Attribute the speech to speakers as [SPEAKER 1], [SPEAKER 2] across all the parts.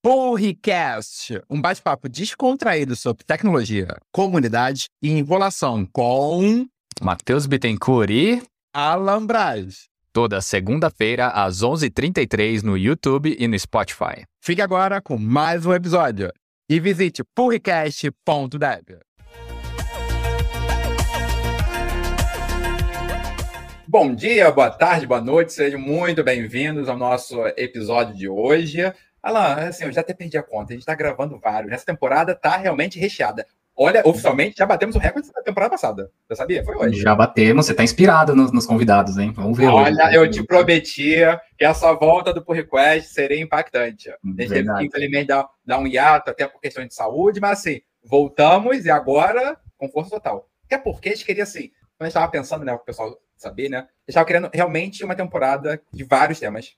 [SPEAKER 1] Porricast, um bate-papo descontraído sobre tecnologia, comunidade e enrolação com
[SPEAKER 2] Matheus Bittencourt e
[SPEAKER 1] Alan Braz.
[SPEAKER 2] Toda segunda-feira às 11h33 no YouTube e no Spotify.
[SPEAKER 1] Fique agora com mais um episódio e visite porricast.dev. Bom dia, boa tarde, boa noite, sejam muito bem-vindos ao nosso episódio de hoje. Alan, assim, eu já até perdi a conta, a gente tá gravando vários. Essa temporada tá realmente recheada. Olha, oficialmente já batemos o recorde da temporada passada. Você sabia? Foi hoje.
[SPEAKER 3] Já batemos, você tá inspirado nos convidados, hein? Vamos ver hoje.
[SPEAKER 1] Olha, eu te prometi que essa volta do Pull Request seria impactante. A gente teve que, infelizmente, dar um hiato até por questão de saúde, mas assim, voltamos e agora com força total. Até porque a gente queria, assim, quando a gente tava pensando, né, o pessoal saber, né, a gente tava querendo realmente uma temporada de vários temas.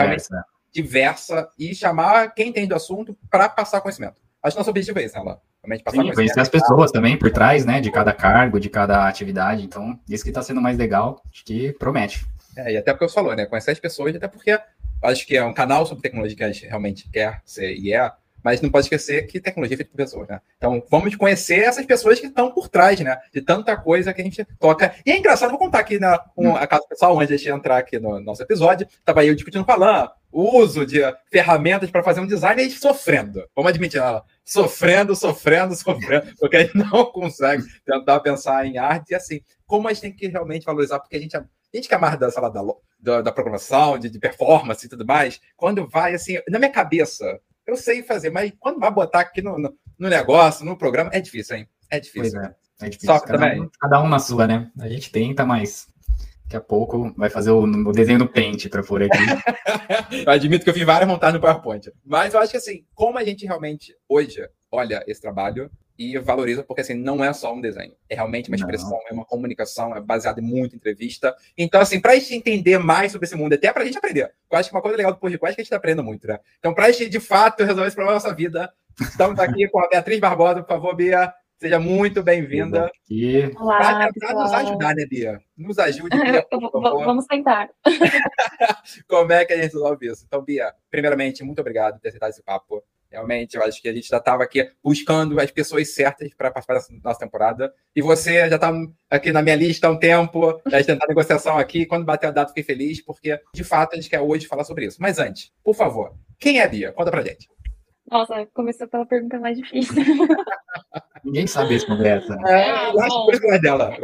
[SPEAKER 1] Diversa e chamar quem entende do assunto para passar conhecimento. Acho que nosso objetivo é esse, né, Lá? Realmente passar conhecimento.
[SPEAKER 3] Conhecer as pessoas também por trás, né, de cada cargo, de cada atividade. Então, isso que está sendo mais legal, acho que promete.
[SPEAKER 1] E até porque você falou, né, conhecer as pessoas, até porque acho que é um canal sobre tecnologia que a gente realmente quer ser e é, mas não pode esquecer que tecnologia é feita por pessoas, né? Então, vamos conhecer essas pessoas que estão por trás, né? De tanta coisa que a gente toca. E é engraçado, vou contar aqui a casa pessoal, antes de a gente entrar aqui no nosso episódio, estava eu discutindo com a Alan o uso de ferramentas para fazer um design e a gente sofrendo. Vamos admitir, ela sofrendo, porque a gente não consegue tentar pensar em arte. E assim, como a gente tem que realmente valorizar, porque a gente que é mais da sala da programação, de performance e tudo mais, quando vai, assim, na minha cabeça, eu sei fazer, mas quando vai botar aqui no negócio, no programa, é difícil, hein? É difícil.
[SPEAKER 3] Pois é difícil. Cada um na sua, né? A gente tenta, mas daqui a pouco vai fazer o desenho do Paint para pôr aqui.
[SPEAKER 1] Eu admito que eu fiz várias montagens no PowerPoint. Mas eu acho que, assim, como a gente realmente, hoje, olha esse trabalho e valoriza, porque, assim, não é só um desenho. É realmente uma expressão, é uma comunicação, é baseada em muita entrevista. Então, assim, para a gente entender mais sobre esse mundo, até para a gente aprender. Eu acho que uma coisa legal do Pull Request é que a gente aprenda muito, né? Então, para a gente, de fato, resolver esse problema da nossa vida, estamos aqui com a Beatriz Barbosa. Por favor, Bia, seja muito bem-vinda.
[SPEAKER 4] Olá,
[SPEAKER 1] para nos ajudar, né, Bia? Nos ajude, Bia, por favor.
[SPEAKER 4] Vamos tentar.
[SPEAKER 1] Como é que a gente resolve isso? Então, Bia, primeiramente, muito obrigado por ter aceitado esse papo. Realmente, eu acho que a gente já estava aqui buscando as pessoas certas para participar da nossa temporada. E você já está aqui na minha lista há um tempo, já tentar negociação aqui. Quando bater a data, fiquei feliz, porque, de fato, a gente quer hoje falar sobre isso. Mas antes, por favor, quem é a Bia? Conta pra gente.
[SPEAKER 4] Nossa, começou pela pergunta mais difícil.
[SPEAKER 3] Ninguém sabe responder essa.
[SPEAKER 1] Eu acho que por isso dela.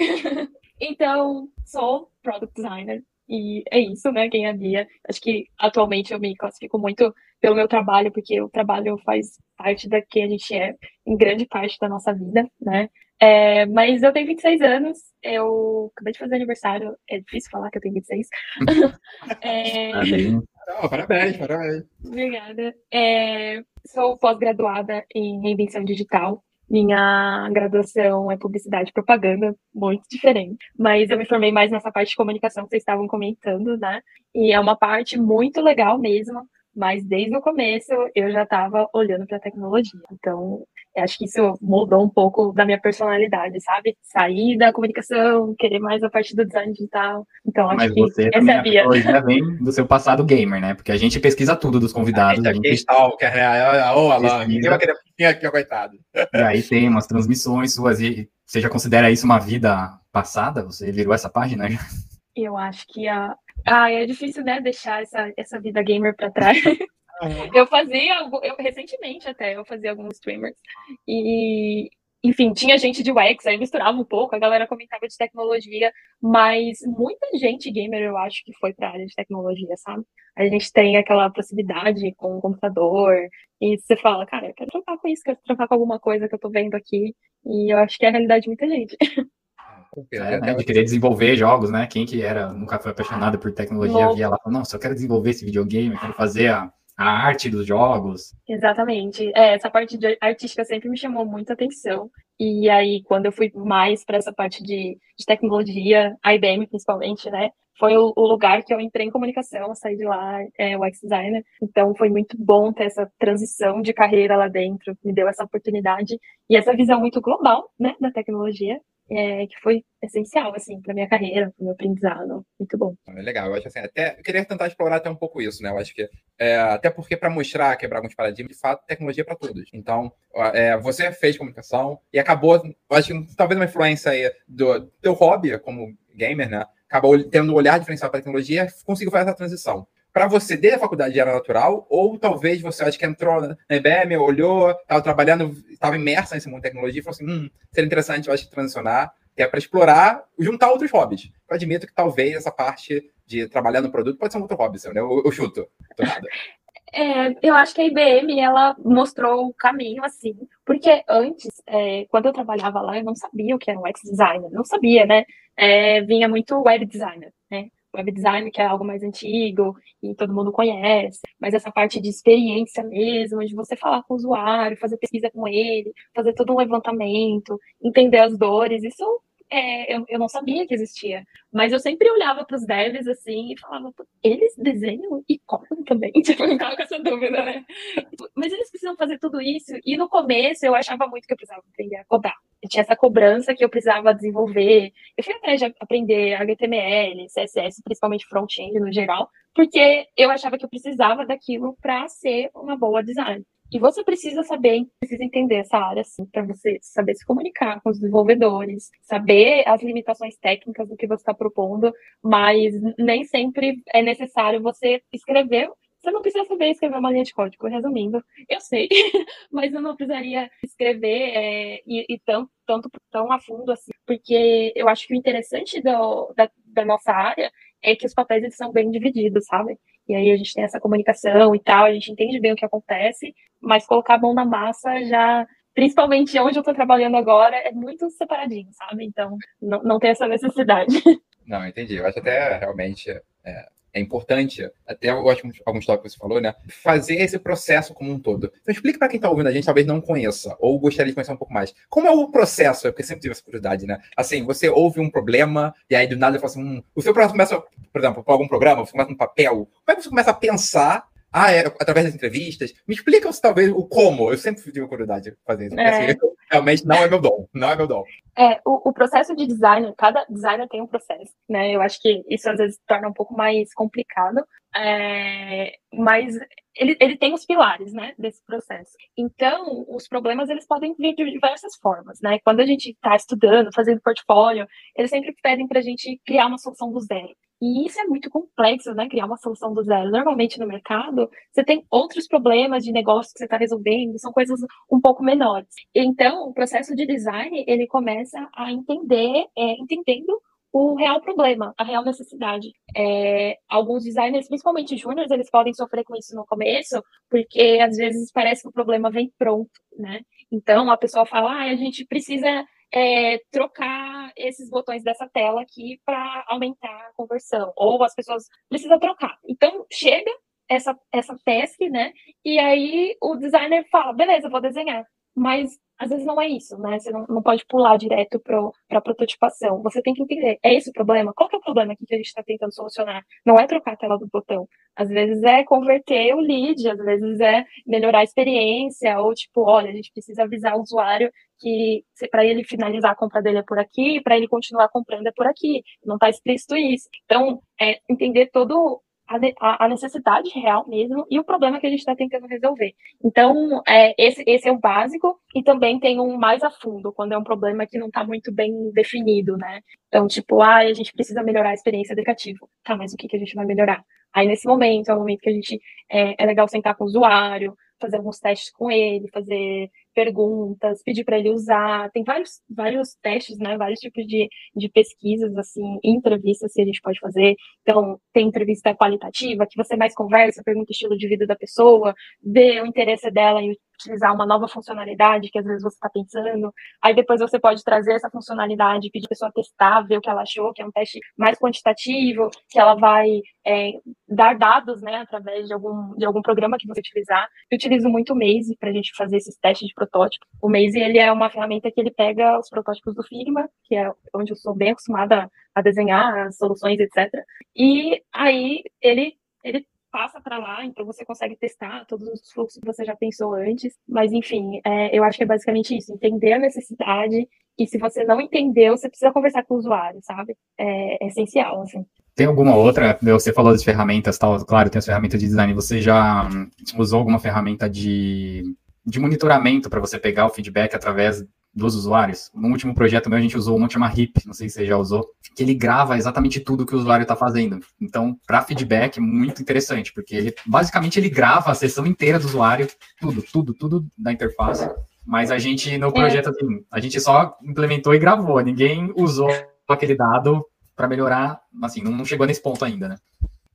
[SPEAKER 4] Então, sou Product Designer. E é isso, né? Quem é a Bia? Acho que atualmente eu me classifico muito pelo meu trabalho, porque o trabalho faz parte da quem a gente é, em grande parte da nossa vida, né? Mas eu tenho 26 anos, eu acabei de fazer aniversário, é difícil falar que eu tenho 26.
[SPEAKER 1] Parabéns.
[SPEAKER 4] Obrigada. Sou pós-graduada em reinvenção digital. Minha graduação é publicidade e propaganda, muito diferente. Mas eu me formei mais nessa parte de comunicação que vocês estavam comentando, né? E é uma parte muito legal mesmo, mas desde o começo eu já estava olhando para a tecnologia. Então, acho que isso mudou um pouco da minha personalidade, sabe? Sair da comunicação, querer mais a parte do design digital. Então, acho que
[SPEAKER 3] você
[SPEAKER 4] essa é a Bia.
[SPEAKER 3] Mas já vem do seu passado gamer, né? Porque a gente pesquisa tudo dos convidados.
[SPEAKER 1] Ninguém vai querer aqui, coitado.
[SPEAKER 3] E aí tem umas transmissões suas. E você já considera isso uma vida passada? Você virou essa página?
[SPEAKER 4] Eu acho que é difícil, né, deixar essa vida gamer para trás. Eu recentemente até, eu fazia alguns streamers e, enfim, tinha gente de UX, aí misturava um pouco, a galera comentava de tecnologia, mas muita gente gamer eu acho que foi para a área de tecnologia, sabe? A gente tem aquela proximidade com o computador e você fala, cara, eu quero trocar com isso, quero trocar com alguma coisa que eu tô vendo aqui, e eu acho que é a realidade de muita gente.
[SPEAKER 3] De querer desenvolver jogos, né? Quem que nunca foi apaixonado por tecnologia, via lá, nossa, eu quero desenvolver esse videogame, eu quero fazer a arte dos jogos.
[SPEAKER 4] Exatamente. Essa parte artística sempre me chamou muita atenção. E aí, quando eu fui mais para essa parte de tecnologia, a IBM principalmente, né? Foi o lugar que eu entrei em comunicação, saí de lá, UX designer. Então, foi muito bom ter essa transição de carreira lá dentro, me deu essa oportunidade e essa visão muito global, né, da tecnologia. que foi essencial, assim, para minha carreira, para o meu aprendizado. Muito bom.
[SPEAKER 1] É legal, eu acho assim, até eu queria tentar explorar até um pouco isso, né? Eu acho que até porque para mostrar, quebrar alguns paradigmas, de fato, tecnologia é para todos. Então, você fez comunicação e acabou, eu acho que talvez uma influência aí do teu hobby como gamer, né? Acabou tendo um olhar diferencial para a tecnologia, conseguiu fazer essa transição. Para você, desde a faculdade era natural, ou talvez você acho que entrou na IBM, olhou, estava trabalhando, estava imersa nesse mundo de tecnologia e falou assim, seria interessante, eu acho, transicionar, que é para explorar, juntar outros hobbies. Eu admito que talvez essa parte de trabalhar no produto pode ser um outro hobby, né? Eu chuto. Tô nada.
[SPEAKER 4] Eu acho que a IBM, ela mostrou o caminho, assim, porque antes, quando eu trabalhava lá, eu não sabia o que era um UX designer, não sabia, né? Vinha muito web designer, né? Web design, que é algo mais antigo e todo mundo conhece, mas essa parte de experiência mesmo, de você falar com o usuário, fazer pesquisa com ele, fazer todo um levantamento, entender as dores, isso eu não sabia que existia. Mas eu sempre olhava para os devs assim e falava, eles desenham e codam também? Tipo, eu ficava com essa dúvida, né? Mas eles precisam fazer tudo isso. E no começo eu achava muito que eu precisava aprender a codar. Eu tinha essa cobrança que eu precisava desenvolver. Eu fui atrás de aprender HTML, CSS, principalmente front-end no geral, porque eu achava que eu precisava daquilo para ser uma boa designer. E você precisa saber, precisa entender essa área, assim, para você saber se comunicar com os desenvolvedores, saber as limitações técnicas do que você está propondo, mas nem sempre é necessário você escrever. Você não precisa saber escrever uma linha de código, resumindo, eu sei, mas eu não precisaria escrever e tão a fundo assim, porque eu acho que o interessante da nossa área é que os papéis eles são bem divididos, sabe? E aí a gente tem essa comunicação e tal, a gente entende bem o que acontece, mas colocar a mão na massa já, principalmente onde eu estou trabalhando agora, é muito separadinho, sabe? Então, não tem essa necessidade.
[SPEAKER 1] Não, entendi. Eu acho até realmente importante, até eu acho que alguns tópicos que você falou, né? Fazer esse processo como um todo. Então, explica para quem está ouvindo a gente, talvez não conheça, ou gostaria de conhecer um pouco mais. Como é o processo? Porque sempre tive essa curiosidade, né? Assim, você ouve um problema, e aí do nada você fala assim, o seu processo começa, por exemplo, com algum programa, você começa no papel. Como é que você começa a pensar? Através das entrevistas. Me explica talvez o como. Eu sempre tive curiosidade de fazer isso. Porque assim, realmente não é meu dom. Não é meu dom.
[SPEAKER 4] O processo de design, cada designer tem um processo, né? Eu acho que isso às vezes torna um pouco mais complicado, mas ele tem os pilares, né, desse processo. Então, os problemas, eles podem vir de diversas formas, né? Quando a gente está estudando, fazendo portfólio, eles sempre pedem para a gente criar uma solução do zero. E isso é muito complexo, né? Criar uma solução do zero. Normalmente no mercado, você tem outros problemas de negócio que você está resolvendo, são coisas um pouco menores. Então, o processo de design, ele começa a entendendo o real problema, a real necessidade. Alguns designers, principalmente júniores, eles podem sofrer com isso no começo, porque às vezes parece que o problema vem pronto, né? Então, a pessoa fala, a gente precisa trocar esses botões dessa tela aqui para aumentar a conversão, ou as pessoas precisam trocar. Então, chega essa task, né? E aí o designer fala, beleza, vou desenhar. Mas às vezes não é isso, né? Você não pode pular direto para a prototipação. Você tem que entender, é esse o problema? Qual que é o problema aqui que a gente está tentando solucionar? Não é trocar a tela do botão. Às vezes é converter o lead, às vezes é melhorar a experiência, ou tipo, olha, a gente precisa avisar o usuário que para ele finalizar a compra dele é por aqui, para ele continuar comprando é por aqui. Não está explícito isso. Então, entender todo a necessidade real mesmo e o problema que a gente está tentando resolver. Então, esse é o básico, e também tem um mais a fundo, quando é um problema que não está muito bem definido, né? Então, tipo, a gente precisa melhorar a experiência do aplicativo. Tá, mas o que a gente vai melhorar? Aí, nesse momento, é o momento que a gente é legal sentar com o usuário, fazer alguns testes com ele, fazer perguntas, pedir para ele usar. Tem vários testes, né? Vários tipos de pesquisas, assim, entrevistas que a gente pode fazer. Então, tem entrevista qualitativa, que você mais conversa, pergunta o estilo de vida da pessoa, vê o interesse dela em utilizar uma nova funcionalidade que às vezes você está pensando. Aí depois você pode trazer essa funcionalidade, pedir a pessoa testar, ver o que ela achou, que é um teste mais quantitativo, que ela vai dar dados, né, através de algum programa que você utilizar. Eu utilizo muito o Maze para a gente fazer esses testes de protótipo. O Maze, ele é uma ferramenta que ele pega os protótipos do Figma, que é onde eu sou bem acostumada a desenhar as soluções, etc. E aí ele passa para lá, então você consegue testar todos os fluxos que você já pensou antes. Mas, enfim, eu acho que é basicamente isso, entender a necessidade E se você não entendeu, você precisa conversar com o usuário, sabe? É essencial, assim.
[SPEAKER 3] Tem alguma outra? Você falou das ferramentas, tal. Claro, tem as ferramentas de design. Você já usou alguma ferramenta de monitoramento para você pegar o feedback através dos usuários? No último projeto meu, a gente usou uma que chama HIP, não sei se você já usou, que ele grava exatamente tudo que o usuário está fazendo. Então, para feedback, é muito interessante, porque basicamente ele grava a sessão inteira do usuário, tudo da interface. Mas a gente, no projeto, assim, a gente só implementou e gravou. Ninguém usou aquele dado para melhorar, assim, não chegou nesse ponto ainda, né?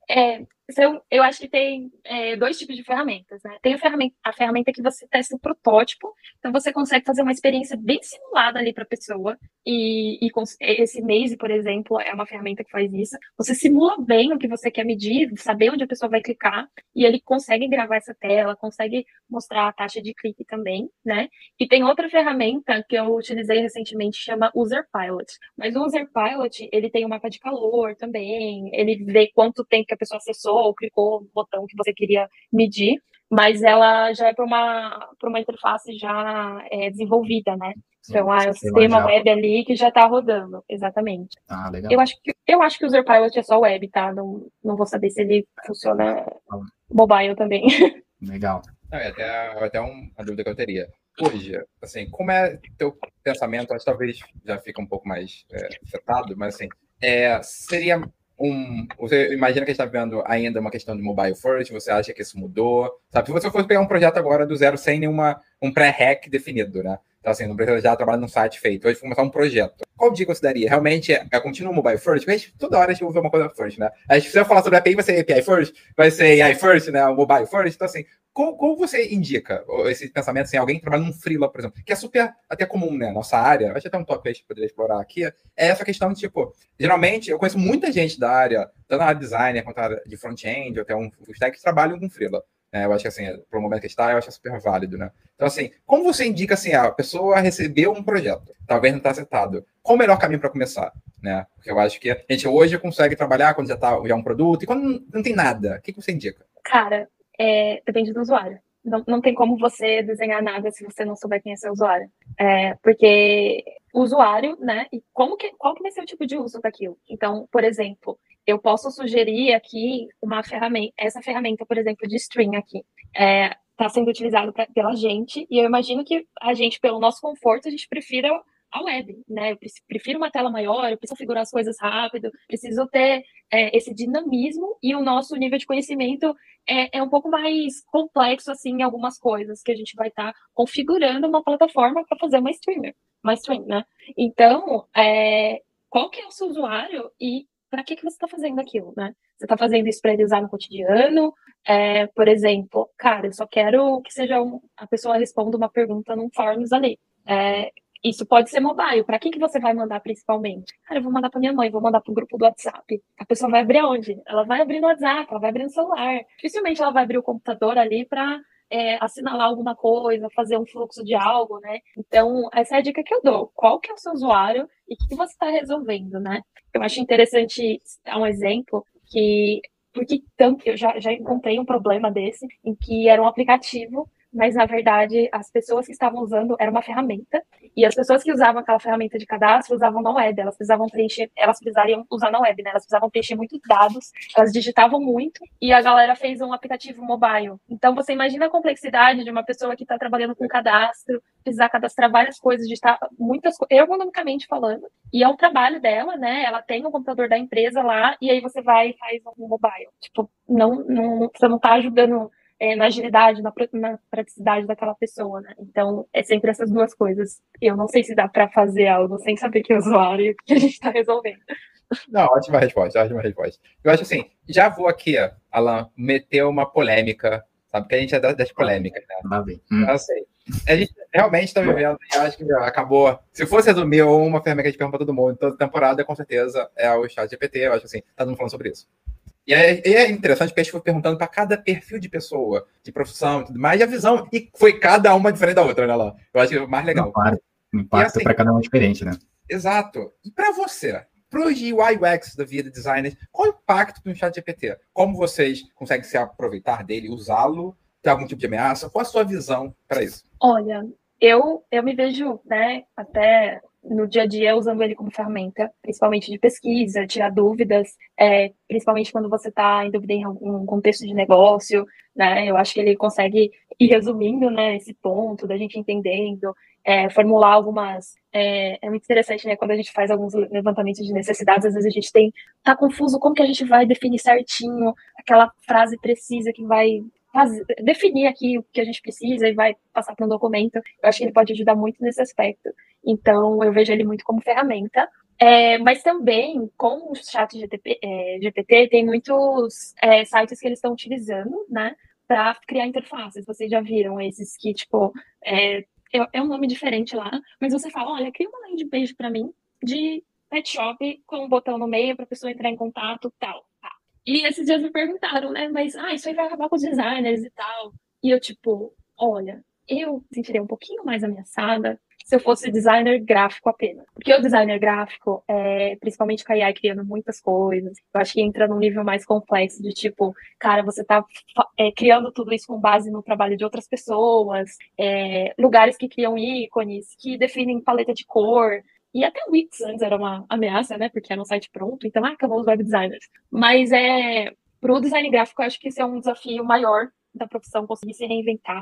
[SPEAKER 4] Eu acho que tem dois tipos de ferramentas, né? Tem a ferramenta que você testa o protótipo, então você consegue fazer uma experiência bem simulada ali para a pessoa, e esse Maze, por exemplo, é uma ferramenta que faz isso. Você simula bem o que você quer medir, saber onde a pessoa vai clicar, e ele consegue gravar essa tela, consegue mostrar a taxa de clique também, né? E tem outra ferramenta que eu utilizei recentemente, chama User Pilot. Mas o User Pilot, ele tem um mapa de calor também, ele vê quanto tempo que a pessoa acessou ou clicou no botão que você queria medir, mas ela já é para uma interface já desenvolvida, né? Então, é o sistema web ali que já está rodando, exatamente.
[SPEAKER 3] Ah, legal.
[SPEAKER 4] Eu acho que o User Pilot é só web, tá? Não vou saber se ele funciona mobile também.
[SPEAKER 3] Legal.
[SPEAKER 1] Até uma dúvida que eu teria. Hoje, assim, como é teu pensamento? Acho que talvez já fica um pouco mais afetado, mas assim, seria você imagina que a gente está vendo ainda uma questão de mobile first? Você acha que isso mudou? Sabe? Se você fosse pegar um projeto agora do zero sem um pré-hack definido, né? Então, assim, não precisa já trabalhar num site feito. Hoje, começar um projeto. Qual dica você daria? Realmente é contínuo mobile first? Porque toda hora a gente ouve uma coisa first, né? A gente precisa falar sobre API, vai ser API first, vai ser AI first, né? O mobile first. Então, assim, como você indica esse pensamento, assim, alguém que trabalha num freela, por exemplo, que é super até comum, né? Nossa área, acho até um tópico que a gente poderia explorar aqui, é essa questão de, tipo, geralmente eu conheço muita gente da área, tanto na área de designer quanto na área de front-end, ou até um stack, que trabalham com freela. Eu acho que, assim, pro momento que está, eu acho super válido, né? Então, assim, como você indica, assim, a pessoa recebeu um projeto, talvez não está acertado, qual o melhor caminho para começar, né? Porque eu acho que a gente hoje consegue trabalhar quando já é um produto, e quando não tem nada, o que você indica?
[SPEAKER 4] Cara, depende do usuário. Não tem como você desenhar nada se você não souber quem é seu usuário. Porque o usuário, né? E qual que vai ser o tipo de uso daquilo? Então, por exemplo, eu posso sugerir aqui uma ferramenta, essa ferramenta, por exemplo, de string aqui. Está sendo utilizado pela gente, e eu imagino que a gente, pelo nosso conforto, a gente prefira a web, né? Eu prefiro uma tela maior, eu preciso configurar as coisas rápido, preciso ter esse dinamismo, e o nosso nível de conhecimento é um pouco mais complexo, assim, em algumas coisas, que a gente vai estar configurando uma plataforma para fazer uma stream, né? Então, qual que é o seu usuário e para que você está fazendo aquilo, né? Você está fazendo isso para ele usar no cotidiano? Por exemplo, cara, eu só quero que seja a pessoa responda uma pergunta num Forms ali. Isso pode ser mobile. Para que você vai mandar principalmente? Cara, eu vou mandar para minha mãe, vou mandar para o grupo do WhatsApp. A pessoa vai abrir onde? Ela vai abrir no WhatsApp, ela vai abrir no celular. Dificilmente ela vai abrir o computador ali para assinalar alguma coisa, fazer um fluxo de algo, né? Então, essa é a dica que eu dou. Qual que é o seu usuário e o que você está resolvendo, né? Eu acho interessante dar um exemplo porque eu já encontrei um problema desse, em que era um aplicativo, mas, na verdade, as pessoas que estavam usando era uma ferramenta, e as pessoas que usavam aquela ferramenta de cadastro usavam na web, elas precisariam usar na web, né? Elas precisavam preencher muitos dados, elas digitavam muito, e a galera fez um aplicativo mobile. Então, você imagina a complexidade de uma pessoa que está trabalhando com cadastro, precisar cadastrar várias coisas, digitar muitas coisas, ergonomicamente falando, e é um trabalho dela, né? Ela tem o computador da empresa lá, e aí você vai e faz um mobile. Tipo, você não está ajudando na agilidade, na praticidade daquela pessoa, né? Então, é sempre essas duas coisas. Eu não sei se dá para fazer algo sem saber que é o usuário e o que a gente está resolvendo.
[SPEAKER 1] Não, ótima resposta. Eu acho assim, já vou aqui, Alan, meter uma polêmica, sabe? Porque a gente é das polêmicas, né? Eu sei. A gente realmente está vivendo, e acho que acabou. Se fosse resumir uma ferramenta que a gente pergunta para todo mundo, toda temporada, com certeza, é o ChatGPT. Eu acho assim, tá todo mundo falando sobre isso. E é interessante porque a gente foi perguntando para cada perfil de pessoa, de profissão e tudo mais, e a visão, e foi cada uma diferente da outra, né, lá? Eu acho que é o mais legal.
[SPEAKER 3] O impacto assim, para cada um é diferente, né?
[SPEAKER 1] Exato. E para você, para os UI UX da vida designers, qual o impacto do ChatGPT? Como vocês conseguem se aproveitar dele, usá-lo? Tem algum tipo de ameaça? Qual a sua visão para isso?
[SPEAKER 4] Olha, eu me vejo, né, até no dia a dia usando ele como ferramenta, principalmente de pesquisa, tirar dúvidas, principalmente quando você está em dúvida em algum contexto de negócio, né? Eu acho que ele consegue ir resumindo, né, esse ponto da gente entendendo, formular algumas... É muito interessante, né? Quando a gente faz alguns levantamentos de necessidades, às vezes a gente tá confuso como que a gente vai definir certinho aquela frase precisa que vai definir aqui o que a gente precisa e vai passar para um documento. Eu acho que ele pode ajudar muito nesse aspecto. Então, eu vejo ele muito como ferramenta. Mas também, com o chat GPT, tem muitos sites que eles estão utilizando, né, para criar interfaces. Vocês já viram esses que, tipo, é um nome diferente lá, mas você fala, olha, cria uma landing page para mim de pet shop com um botão no meio para a pessoa entrar em contato, tal. Tá. E esses dias me perguntaram, né, mas isso aí vai acabar com os designers e tal. E eu, tipo, olha, eu sentiria um pouquinho mais ameaçada se eu fosse designer gráfico apenas. Porque o designer gráfico, principalmente com a AI criando muitas coisas, eu acho que entra num nível mais complexo de tipo, cara, você tá criando tudo isso com base no trabalho de outras pessoas, lugares que criam ícones, que definem paleta de cor. E até o Wix antes era uma ameaça, né? Porque era um site pronto, então acabou os web designers. Mas pro design gráfico, eu acho que esse é um desafio maior da profissão, conseguir se reinventar.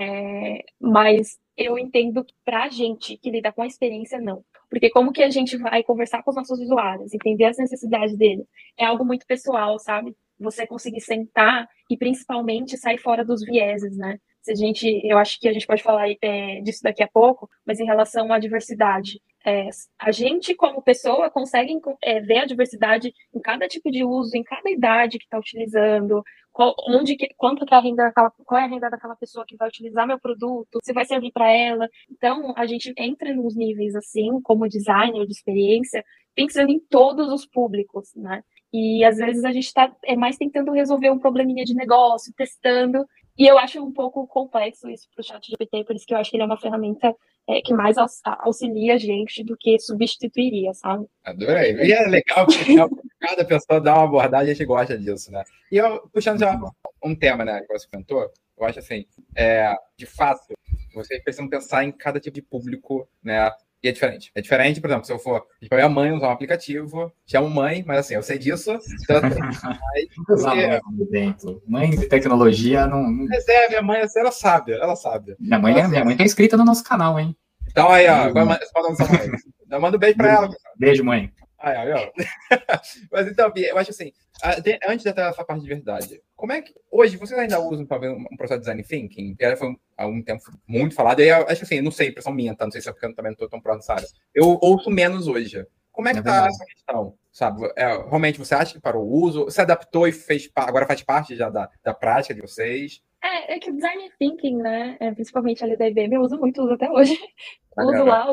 [SPEAKER 4] Mas eu entendo que pra gente que lida com a experiência, não. Porque como que a gente vai conversar com os nossos usuários, entender as necessidades deles, é algo muito pessoal, sabe? Você conseguir sentar e principalmente sair fora dos vieses, né? Eu acho que a gente pode falar disso daqui a pouco, mas em relação à diversidade, a gente como pessoa consegue ver a diversidade em cada tipo de uso, em cada idade que está utilizando, qual é a renda daquela pessoa que vai utilizar meu produto, se vai servir para ela. Então, a gente entra nos níveis assim, como designer de experiência, pensando em todos os públicos, né? E às vezes a gente está mais tentando resolver um probleminha de negócio, testando, e eu acho um pouco complexo isso para o ChatGPT, por isso que eu acho que ele é uma ferramenta que mais auxilia a gente do que substituiria, sabe?
[SPEAKER 1] Adorei. E é legal porque cada pessoa dá uma abordagem e a gente gosta disso, né? E eu, puxando já um tema, né, que você comentou, eu acho assim, de fato, vocês precisam pensar em cada tipo de público, né? E é diferente. É diferente, por exemplo, se eu for para minha mãe usar um aplicativo, chamo mãe, mas assim, eu sei disso. Então,
[SPEAKER 3] por exemplo. Mães de tecnologia não.
[SPEAKER 1] Mas minha mãe, ela sabe.
[SPEAKER 3] Minha mãe tá inscrita no nosso canal, hein?
[SPEAKER 1] Então aí, ó, você pode lançar mãe. Eu mando um beijo para ela.
[SPEAKER 3] Beijo, mãe.
[SPEAKER 1] Aí, ó. Mas então, eu acho assim, antes de até essa parte de verdade, como é que hoje vocês ainda usam talvez um processo de design thinking? Que foi há algum tempo muito falado, e eu acho assim, não sei, impressão minha, tá? Não sei se é porque eu também não estou tão pronto nessa área. Eu ouço menos hoje. Como é que tá essa questão? Sabe? Realmente você acha que parou o uso? Se adaptou e agora faz parte já da prática de vocês?
[SPEAKER 4] É que o design thinking, né? Principalmente ali da IBM, eu uso até hoje. Uso lá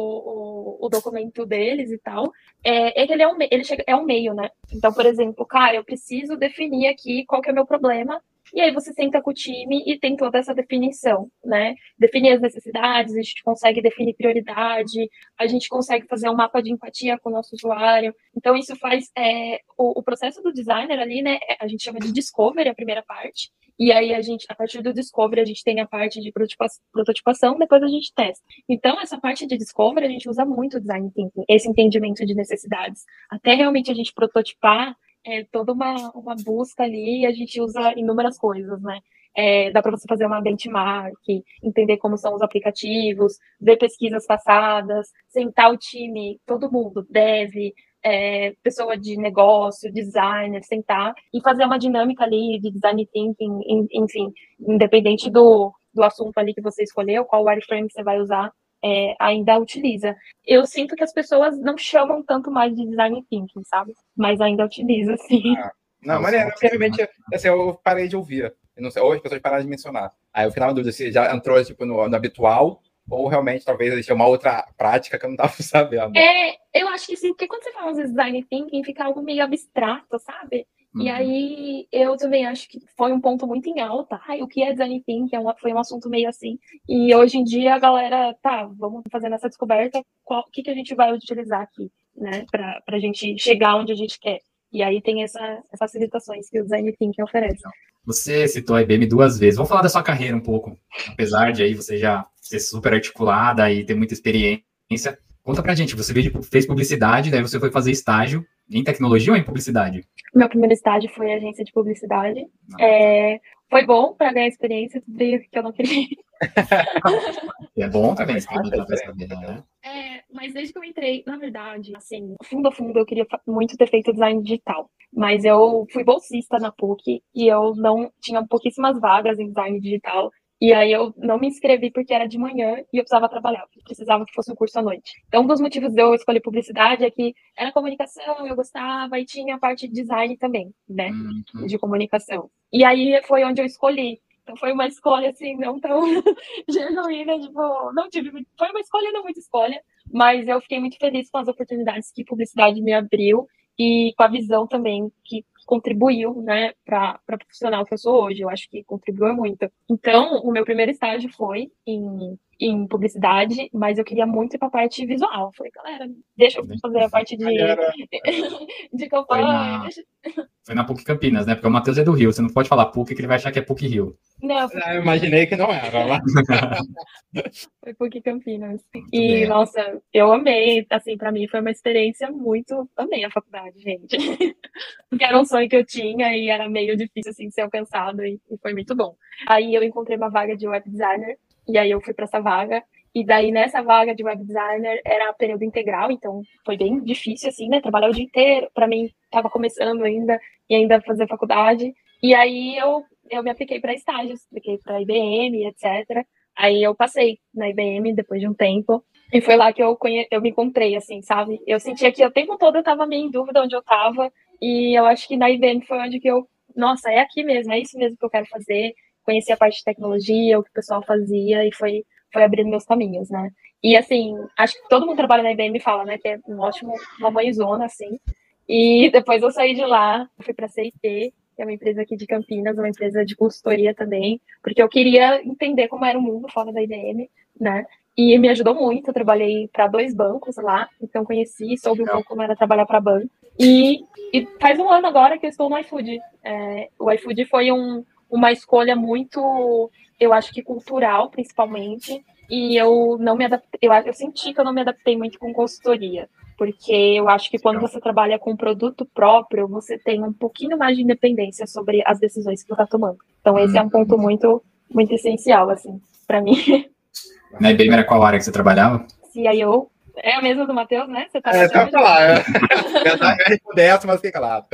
[SPEAKER 4] o documento deles e tal. Que ele é um meio, né? Então, por exemplo, cara, eu preciso definir aqui qual que é o meu problema. E aí você senta com o time e tem toda essa definição, né? Definir as necessidades, a gente consegue definir prioridade, a gente consegue fazer um mapa de empatia com o nosso usuário. Então, isso faz o processo do designer ali, né? A gente chama de discovery, a primeira parte. E aí, a partir do discovery, a gente tem a parte de prototipação, depois a gente testa. Então, essa parte de discovery, a gente usa muito o design thinking, esse entendimento de necessidades. Até realmente a gente prototipar, toda uma busca ali, a gente usa inúmeras coisas, né? Dá para você fazer uma benchmark, entender como são os aplicativos, ver pesquisas passadas, sentar o time, todo mundo, dev, pessoa de negócio, designer, sentar e fazer uma dinâmica ali de design thinking, enfim, independente do assunto ali que você escolheu, qual wireframe você vai usar, ainda utiliza. Eu sinto que as pessoas não chamam tanto mais de design thinking, sabe? Mas ainda utiliza, sim.
[SPEAKER 1] Não, mas realmente, assim, eu parei de ouvir. Eu não sei, ou as pessoas pararam de mencionar. Aí eu fiquei na dúvida se já entrou tipo, no habitual, ou realmente talvez exista uma outra prática que eu não estava sabendo.
[SPEAKER 4] Eu acho que sim, porque quando você fala às vezes design thinking, fica algo meio abstrato, sabe? E aí eu também acho que foi um ponto muito em alta. O que é design thinking? Foi um assunto meio assim. E hoje em dia a galera, vamos fazendo essa descoberta, o que a gente vai utilizar aqui, né? Pra gente chegar onde a gente quer. E aí tem essas facilitações que o design thinking oferece.
[SPEAKER 3] Você citou a IBM 2 vezes. Vamos falar da sua carreira um pouco. Apesar de aí você já ser super articulada e ter muita experiência, Conta pra gente, você fez publicidade, daí você foi fazer estágio em tecnologia ou em publicidade?
[SPEAKER 4] Meu primeiro estágio foi em agência de publicidade. Foi bom para ganhar experiência, descobri que eu não queria.
[SPEAKER 3] É bom também, experimentar pra saber, né?
[SPEAKER 4] Mas desde que eu entrei, na verdade, assim, fundo a fundo, eu queria muito ter feito design digital. Mas eu fui bolsista na PUC e eu não tinha pouquíssimas vagas em design digital. E aí eu não me inscrevi porque era de manhã e eu precisava trabalhar, porque precisava que fosse um curso à noite. Então, um dos motivos de eu escolher publicidade é que era comunicação, eu gostava, e tinha a parte de design também, né? De comunicação. E aí foi onde eu escolhi. Então foi uma escolha, assim, não tão genuína, tipo, não tive. Foi uma escolha, não muita escolha, mas eu fiquei muito feliz com as oportunidades que publicidade me abriu e com a visão também que contribuiu, né, para o profissional que eu sou hoje. Eu acho que contribuiu muito. Então, o meu primeiro estágio foi em publicidade, mas eu queria muito ir para a parte visual. Eu falei, galera, deixa eu fazer a parte de campanha.
[SPEAKER 3] Foi na PUC Campinas, né? Porque o Matheus é do Rio. Você não pode falar PUC, que ele vai achar que é PUC Rio.
[SPEAKER 4] Não,
[SPEAKER 1] eu imaginei que não era.
[SPEAKER 4] Foi PUC Campinas. E, nossa, eu amei. Assim, pra mim foi uma experiência muito... Amei a faculdade, gente. Porque era um sonho que eu tinha e era meio difícil, assim, de ser alcançado. E foi muito bom. Aí eu encontrei uma vaga de web designer. E aí eu fui pra essa vaga. E daí, nessa vaga de web designer, era período integral. Então, foi bem difícil, assim, né? Trabalhar o dia inteiro. Pra mim, tava começando ainda. E ainda fazer faculdade. E aí, eu me apliquei para estágios. Apliquei para IBM, etc. Aí eu passei na IBM depois de um tempo. E foi lá que eu me encontrei, assim, sabe? Eu sentia que o tempo todo eu tava meio em dúvida onde eu tava. E eu acho que na IBM foi onde que nossa, é aqui mesmo, é isso mesmo que eu quero fazer. Conheci a parte de tecnologia, o que o pessoal fazia, e foi abrindo meus caminhos, né? E, assim, acho que todo mundo que trabalha na IBM fala, né, que é uma mãezona, assim. E depois eu saí de lá, fui pra CIT, que é uma empresa aqui de Campinas, uma empresa de consultoria também, porque eu queria entender como era o mundo fora da IBM, né? E me ajudou muito, eu trabalhei para 2 bancos lá, então conheci, soube um pouco como era trabalhar para banco. E faz um ano agora que eu estou no iFood. O iFood foi uma escolha muito, eu acho que cultural, principalmente, e eu não me adaptei, eu senti que eu não me adaptei muito com consultoria. Porque eu acho que quando você trabalha com um produto próprio, você tem um pouquinho mais de independência sobre as decisões que você está tomando. Então, esse é um ponto muito, muito essencial, assim, para mim.
[SPEAKER 3] Na IBM era qual área que você trabalhava?
[SPEAKER 4] CIO. É a mesma do Matheus, né? Você tá
[SPEAKER 1] tá falar. Eu ia responder essa, mas fiquei calado.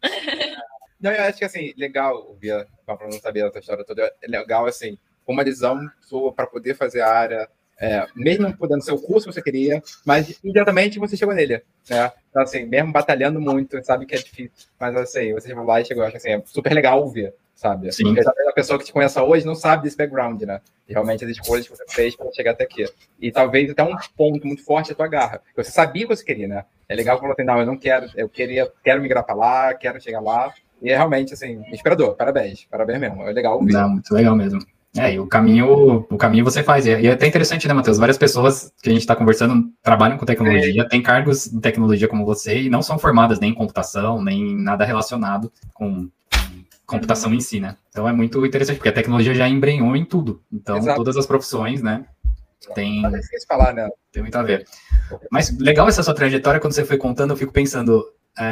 [SPEAKER 1] Não, eu acho que, assim, legal, Bia, para não saber essa história toda, é legal, assim, uma visão sua para poder fazer a área, mesmo não podendo ser o curso que você queria, mas imediatamente você chegou nele, né? Então, assim, mesmo batalhando muito, sabe que é difícil, mas, assim, você chegou lá e chegou, acho que, assim, é super legal ouvir, sabe?
[SPEAKER 3] Sim.
[SPEAKER 1] Porque a pessoa que te conhece hoje não sabe desse background, né? E realmente as escolhas que você fez para chegar até aqui. E talvez até um ponto muito forte é a tua garra. Você sabia o que você queria, né? É legal que você falou assim, não, eu não quero, quero migrar para lá, quero chegar lá. E é realmente, assim, inspirador. Parabéns mesmo. É legal ouvir.
[SPEAKER 3] Não, muito legal mesmo. E o caminho você faz. E é até interessante, né, Matheus? Várias pessoas que a gente está conversando trabalham com tecnologia, têm cargos em tecnologia como você e não são formadas nem em computação, nem nada relacionado com computação em si, né? Então é muito interessante, porque a tecnologia já embrenhou em tudo. Então, todas as profissões, né, tem muito a ver. Mas legal essa sua trajetória, quando você foi contando, eu fico pensando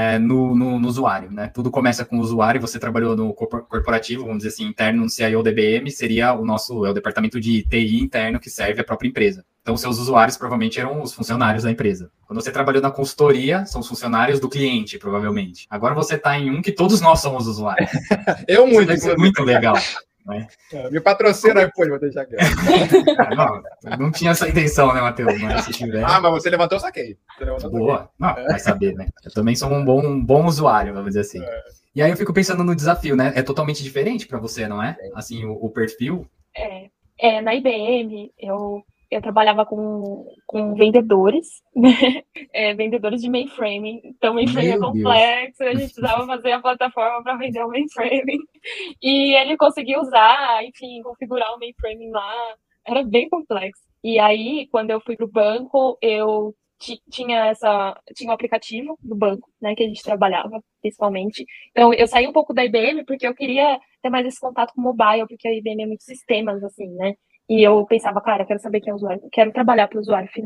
[SPEAKER 3] no usuário, né? Tudo começa com o usuário, você trabalhou no corporativo, vamos dizer assim, interno, no CIO da IBM, seria o departamento de TI interno que serve a própria empresa. Então, seus usuários provavelmente eram os funcionários da empresa. Quando você trabalhou na consultoria, são os funcionários do cliente, provavelmente. Agora você está em um que todos nós somos usuários.
[SPEAKER 1] Eu muito.
[SPEAKER 3] Isso é muito legal. Né?
[SPEAKER 1] Me patrocina depois, vou deixar aqui.
[SPEAKER 3] Não tinha essa intenção, né, Matheus? Mas se tiver...
[SPEAKER 1] mas você levantou, eu saquei.
[SPEAKER 3] Boa. Não, vai saber, né? Eu também sou um bom usuário, vamos dizer assim. E aí eu fico pensando no desafio, né? É totalmente diferente para você, não é? Assim, o perfil.
[SPEAKER 4] Na IBM, eu trabalhava com vendedores, né? Vendedores de mainframe. Então, mainframe é complexo, a gente precisava fazer a plataforma para vender o mainframe. E ele conseguiu usar, enfim, configurar o mainframe lá. Era bem complexo. E aí, quando eu fui para o banco, eu tinha um aplicativo do banco, né, que a gente trabalhava, principalmente. Então, eu saí um pouco da IBM porque eu queria ter mais esse contato com o mobile, porque a IBM é muito sistemas, assim, né? E eu pensava, cara, eu quero saber quem é o usuário, quero trabalhar para o usuário final.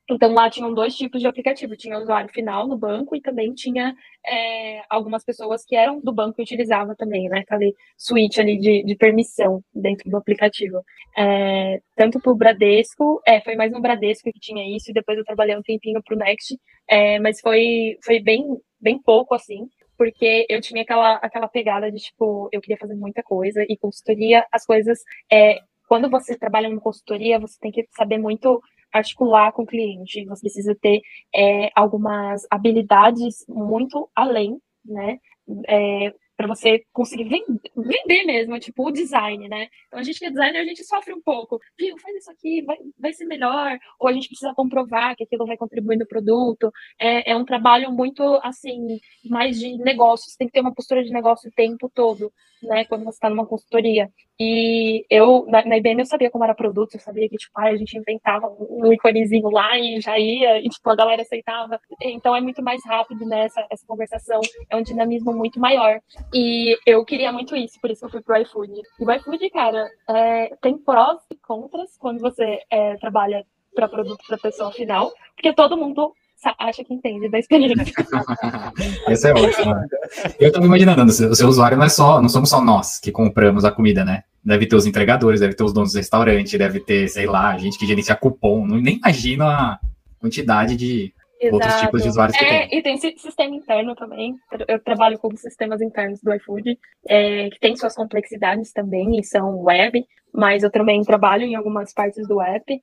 [SPEAKER 4] Então, lá tinham 2 tipos de aplicativo. Tinha o usuário final no banco e também tinha algumas pessoas que eram do banco e utilizavam também, né? Aquele switch ali de permissão dentro do aplicativo. Tanto para o Bradesco, foi mais no Bradesco que tinha isso, e depois eu trabalhei um tempinho para o Next, mas foi bem pouco, assim, porque eu tinha aquela pegada de, tipo, eu queria fazer muita coisa, e consultoria, as coisas... quando você trabalha em consultoria, você tem que saber muito articular com o cliente, você precisa ter algumas habilidades muito além, né? Para você conseguir vender mesmo, tipo o design, né? Então a gente que é designer, a gente sofre um pouco. Viu, faz isso aqui, vai ser melhor, ou a gente precisa comprovar que aquilo vai contribuir no produto. É um trabalho muito, assim, mais de negócio, você tem que ter uma postura de negócio o tempo todo, né? Quando você está numa consultoria. E eu, na IBM, eu sabia como era produto, eu sabia que, tipo, a gente inventava um iconezinho lá e já ia, e, tipo, a galera aceitava. Então, é muito mais rápido, né, essa conversação, é um dinamismo muito maior. E eu queria muito isso, por isso que eu fui pro iFood. E o iFood, cara, tem prós e contras quando você trabalha para produto para pessoa final, porque todo mundo acha que entende da experiência.
[SPEAKER 3] Isso é ótimo. Eu estava imaginando, o seu usuário não somos só nós que compramos a comida, né? Deve ter os entregadores, deve ter os donos do restaurante, deve ter, sei lá, gente que gerencia cupom. Nem imagino a quantidade de outros tipos de usuários que tem.
[SPEAKER 4] E tem sistema interno também. Eu trabalho com sistemas internos do iFood, que tem suas complexidades também, e são web, mas eu também trabalho em algumas partes do app.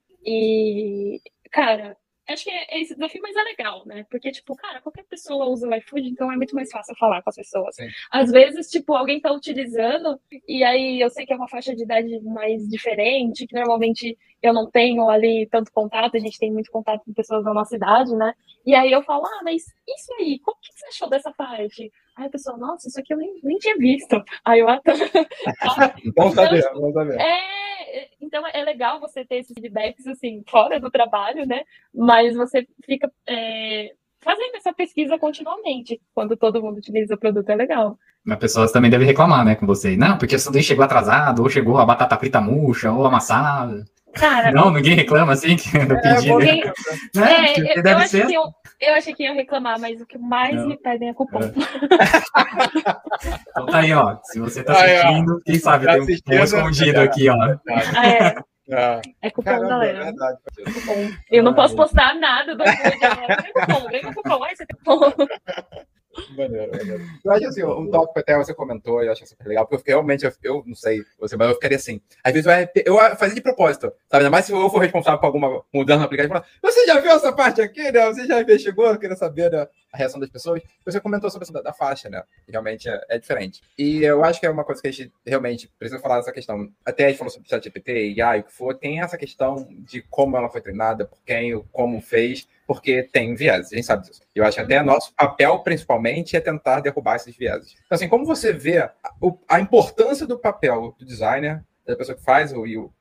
[SPEAKER 4] E, cara, acho que esse desafio, mas é legal, né? Porque, tipo, cara, qualquer pessoa usa o iFood, então é muito mais fácil falar com as pessoas.
[SPEAKER 1] Sim.
[SPEAKER 4] Às vezes, tipo, alguém tá utilizando, e aí eu sei que é uma faixa de idade mais diferente, que normalmente eu não tenho ali tanto contato, a gente tem muito contato com pessoas da nossa idade, né? E aí eu falo, mas isso aí, o que você achou dessa parte? Aí a pessoa, nossa, isso aqui eu nem tinha visto. Aí eu,
[SPEAKER 1] Vamos saber.
[SPEAKER 4] Então é legal você ter esses feedbacks, assim, fora do trabalho, né? Mas você fica fazendo essa pesquisa continuamente. Quando todo mundo utiliza o produto, é legal.
[SPEAKER 3] Mas pessoas também devem reclamar, né, com você. Não, porque o sanduíche chegou atrasado, ou chegou a batata frita murcha, ou amassada.
[SPEAKER 4] Cara,
[SPEAKER 3] não, ninguém reclama assim do pedido.
[SPEAKER 4] Eu achei que ia reclamar, mas o que mais me pedem é cupom.
[SPEAKER 3] Então tá aí, ó. Se você tá assistindo, quem sabe tem um cupom escondido aqui, ó.
[SPEAKER 4] É cupom, galera. Verdade. Cupom. Eu não posso postar nada do iFood agora. Vem com cupom. Aí você tem cupom.
[SPEAKER 1] Maneiro. Eu acho assim, um tópico até você comentou, eu acho super legal, porque realmente, eu não sei você, mas eu ficaria assim, às vezes eu fazia de propósito, sabe, ainda mais se eu for responsável por alguma mudança no aplicativo, você já viu essa parte aqui, né, você já investigou, queria saber a reação das pessoas, você comentou sobre essa da faixa, né, realmente é diferente, e eu acho que é uma coisa que a gente realmente precisa falar dessa questão, até a gente falou sobre o ChatGPT, AI, o que for, tem essa questão de como ela foi treinada, por quem, como fez, porque tem viés, a gente sabe disso. Eu acho que até nosso papel, principalmente, é tentar derrubar esses vieses. Então, assim, como você vê a importância do papel do designer, da pessoa que faz o UI,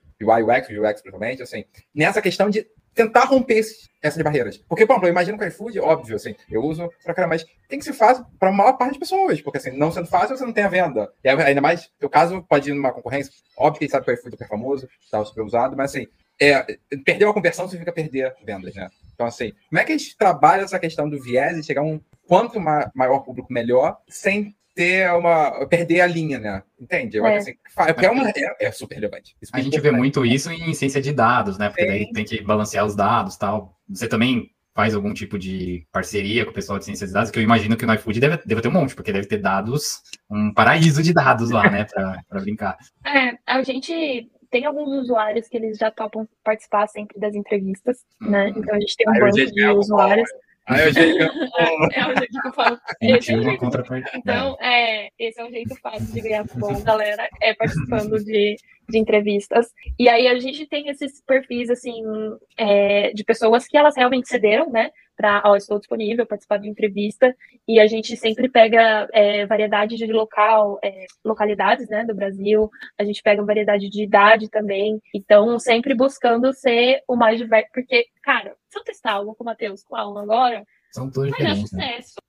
[SPEAKER 1] UX, principalmente, assim, nessa questão de tentar romper essas barreiras. Porque, por exemplo, eu imagino que o iFood, óbvio, assim, eu uso pra caramba, mas tem que ser fácil para a maior parte das pessoas, porque, assim, não sendo fácil, você não tem a venda. E ainda mais, no caso, pode ir numa concorrência, óbvio que a gente sabe que o iFood é super famoso, tá super usado, mas, assim, perder uma conversão significa perder vendas, né? Então, assim, como é que a gente trabalha essa questão do viés e chegar a um quanto maior público melhor, sem perder a linha, né? Entende? Eu acho assim, porque é super relevante.
[SPEAKER 3] A gente vê muito isso em ciência de dados, né? Porque daí tem que balancear os dados e tal. Você também faz algum tipo de parceria com o pessoal de ciência de dados, que eu imagino que no iFood deve ter um monte, porque deve ter dados, um paraíso de dados lá, né? Para brincar.
[SPEAKER 4] A gente... Tem alguns usuários que eles já topam participar sempre das entrevistas, né? Então a gente tem um banco de usuários.
[SPEAKER 1] É o jeito
[SPEAKER 4] que eu falo. Então, esse é um jeito fácil de ganhar cupom, galera, participando de entrevistas. E aí a gente tem esses perfis, assim, de pessoas que elas realmente cederam, né? Estou disponível, participar de entrevista, e a gente sempre pega variedade de localidades, né, do Brasil, a gente pega variedade de idade também, então sempre buscando ser o mais diverso, porque, cara, se eu testar algo com o Matheus, com o Alan agora,
[SPEAKER 3] são todos
[SPEAKER 4] vai dar
[SPEAKER 3] diferentes,
[SPEAKER 4] sucesso.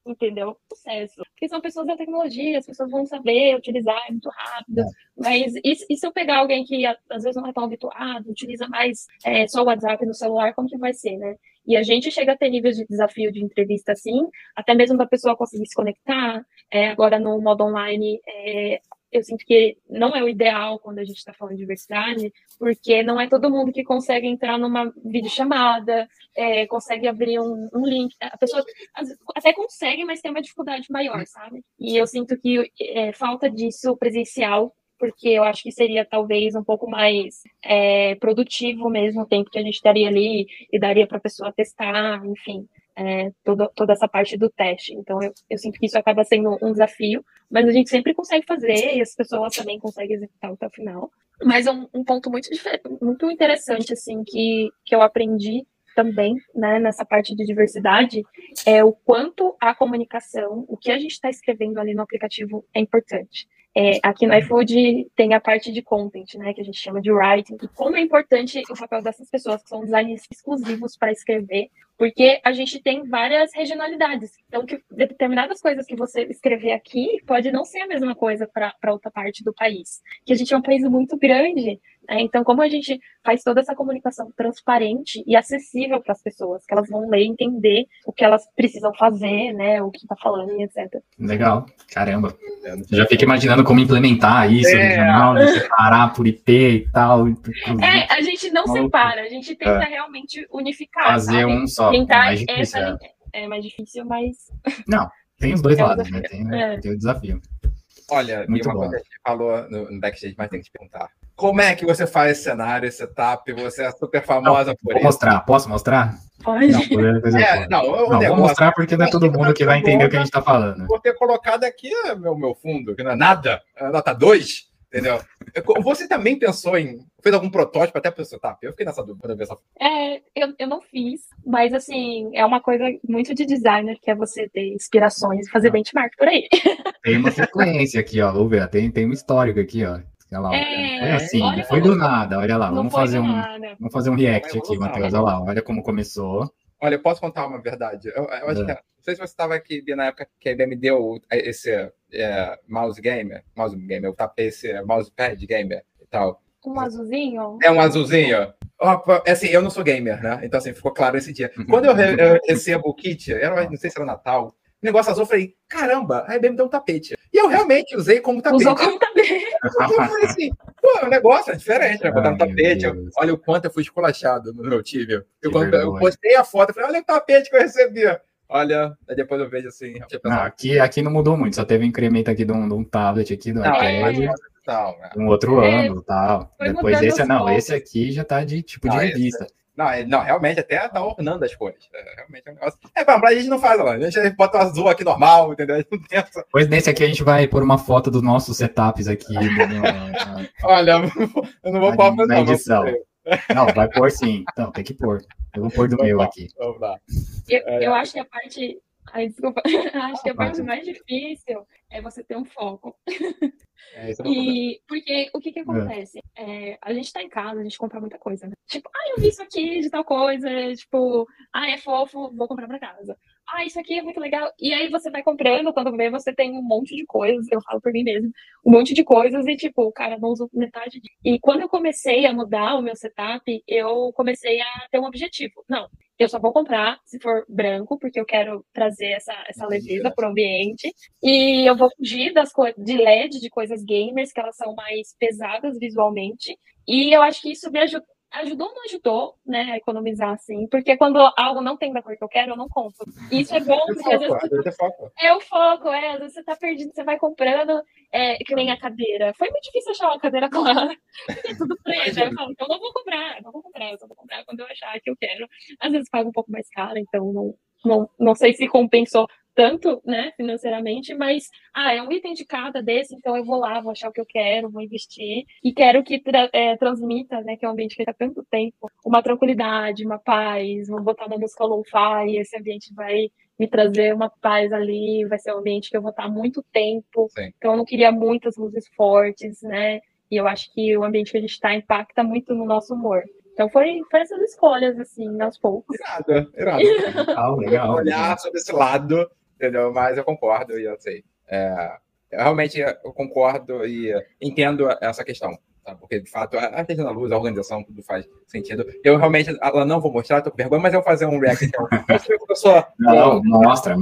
[SPEAKER 4] entendeu? Sucesso. Porque são pessoas da tecnologia, as pessoas vão saber utilizar, é muito rápido. Mas e se eu pegar alguém que às vezes não é tão habituado, utiliza mais só o WhatsApp no celular, como que vai ser, né? E a gente chega a ter níveis de desafio de entrevista assim, até mesmo da pessoa conseguir se conectar. Agora no modo online, eu sinto que não é o ideal quando a gente está falando de diversidade, porque não é todo mundo que consegue entrar numa videochamada, consegue abrir um link. A pessoa até consegue, mas tem uma dificuldade maior, sabe? E eu sinto que falta disso presencial, porque eu acho que seria talvez um pouco mais produtivo mesmo o tempo que a gente estaria ali e daria para a pessoa testar, enfim. Toda essa parte do teste. Então, eu sinto que isso acaba sendo um desafio, mas a gente sempre consegue fazer e as pessoas também conseguem executar até o final. Mas um ponto muito interessante, assim, que eu aprendi também, né, nessa parte de diversidade, é o quanto a comunicação, o que a gente está escrevendo ali no aplicativo é importante. Aqui no iFood tem a parte de content, né, que a gente chama de writing, e como é importante o papel dessas pessoas, que são designers exclusivos para escrever, porque a gente tem várias regionalidades. Então, que determinadas coisas que você escrever aqui pode não ser a mesma coisa para outra parte do país. Que a gente é um país muito grande, né? Então, como a gente faz toda essa comunicação transparente e acessível para as pessoas, que elas vão ler e entender o que elas precisam fazer, né? O que está falando e etc.
[SPEAKER 3] Legal, caramba. Já fico imaginando como implementar isso regional, de separar por IP e tal.
[SPEAKER 4] A gente não separa, a gente tenta realmente unificar.
[SPEAKER 3] Fazer
[SPEAKER 4] sabe?
[SPEAKER 3] um só.
[SPEAKER 4] Tentar
[SPEAKER 3] mais difícil,
[SPEAKER 4] é mais difícil, mas.
[SPEAKER 3] Não, tem os dois
[SPEAKER 4] um
[SPEAKER 3] lados, né?
[SPEAKER 4] desafio.
[SPEAKER 3] Tem o desafio.
[SPEAKER 1] Olha,
[SPEAKER 3] Muito
[SPEAKER 1] e uma
[SPEAKER 3] bom.
[SPEAKER 1] coisa que a gente falou no backstage, mas tem que te perguntar. Como é que você faz esse cenário, esse setup? Você é super famosa por
[SPEAKER 3] Vou
[SPEAKER 1] isso.
[SPEAKER 3] mostrar. Posso mostrar?
[SPEAKER 4] Pode.
[SPEAKER 3] Vou mostrar porque não é todo mundo que vai entender o que a gente está falando.
[SPEAKER 1] Vou ter colocado aqui meu fundo, que não é nada, é nota 2, entendeu? Você também pensou fez algum protótipo até para o setup? Eu fiquei nessa dúvida quando eu vi essa foto.
[SPEAKER 4] Eu não fiz, mas assim, é uma coisa muito de designer, que é você ter inspirações e fazer benchmark por aí.
[SPEAKER 3] Tem uma sequência aqui, ó. Vamos ver, tem um histórico aqui, ó. Olha lá,
[SPEAKER 4] É
[SPEAKER 3] assim, não foi do nada, olha lá. Vamos fazer um react aqui, Matheus. Olha lá, olha como começou.
[SPEAKER 1] Olha, eu posso contar uma verdade. Eu acho que, não sei se você estava aqui na época que a IBM deu esse mouse gamer, eu tapei esse mousepad gamer e tal.
[SPEAKER 4] Um azulzinho?
[SPEAKER 1] É um azulzinho. Assim, eu não sou gamer, né? Então, assim, ficou claro esse dia. Quando eu recebo o kit, não sei se era Natal, o negócio azul, eu falei, caramba, a IBM deu um tapete. E eu realmente usei como tapete.
[SPEAKER 4] Usou como tapete.
[SPEAKER 1] Eu falei assim, o negócio é diferente, né? Botar no tapete. Olha o quanto eu fui esculachado no meu time. Eu postei a foto, eu falei, olha o tapete que eu recebi. Olha, depois eu vejo assim.
[SPEAKER 3] Aqui não mudou muito, só teve um incremento aqui de um tablet aqui do iPad. Um outro ângulo e tal. Depois esse aqui já tá de tipo de revista.
[SPEAKER 1] Não, realmente até tá ornando as cores. Realmente é um negócio. Pra gente não faz, lá. A gente bota o azul aqui normal, entendeu? A gente não tem essa...
[SPEAKER 3] Pois nesse aqui a gente vai pôr uma foto dos nossos setups aqui.
[SPEAKER 1] Olha, eu não vou pôr
[SPEAKER 3] na edição. Não, vai pôr sim. Então, tem que pôr. Eu vou pôr do meu aqui.
[SPEAKER 1] Vamos lá.
[SPEAKER 4] Eu acho que a parte. Ai, desculpa. Acho que a parte mais difícil é você ter um foco. Porque o que acontece? A gente tá em casa, a gente compra muita coisa, né? Tipo, eu vi isso aqui de tal coisa, tipo, é fofo, vou comprar pra casa. Isso aqui é muito legal. E aí você vai comprando, quando vê, você tem um monte de coisas, eu falo por mim mesmo, um monte de coisas e, tipo, cara, não uso metade disso. E quando eu comecei a mudar o meu setup, eu comecei a ter um objetivo. Não, eu só vou comprar se for branco, porque eu quero trazer essa leveza pro ambiente. E eu vou fugir de LED, de coisas gamers, que elas são mais pesadas visualmente. E eu acho que isso me ajudou ou não ajudou, né, a economizar, assim, porque quando algo não tem da cor que eu quero, eu não compro. E isso é bom, porque às vezes é o foco, às vezes você tá perdido, você vai comprando, que nem a cadeira. Foi muito difícil achar uma cadeira clara, é tudo preto. Eu falo, então eu não vou comprar, eu só vou comprar quando eu achar que eu quero. Às vezes paga um pouco mais caro, então não sei se compensou tanto, né, financeiramente, mas é um item de cada desse, então eu vou lá, vou achar o que eu quero, vou investir, e quero que transmita, né, que é um ambiente feito há tanto tempo, uma tranquilidade, uma paz, vou botar uma música lo-fi, esse ambiente vai me trazer uma paz ali, vai ser um ambiente que eu vou estar há muito tempo. Sim. Então eu não queria muitas luzes fortes, né, e eu acho que o ambiente que a gente está impacta muito no nosso humor. Então foi essas escolhas, assim, aos poucos.
[SPEAKER 1] Irado. Legal. Olhar sobre esse lado, entendeu? Mas eu concordo e eu sei. Realmente eu concordo e entendo essa questão. Tá? Porque, de fato, a Agência da Luz, a organização, tudo faz sentido. Eu realmente, ela não vou mostrar, tô com vergonha, mas eu vou fazer um react. Então,
[SPEAKER 3] não, mostra.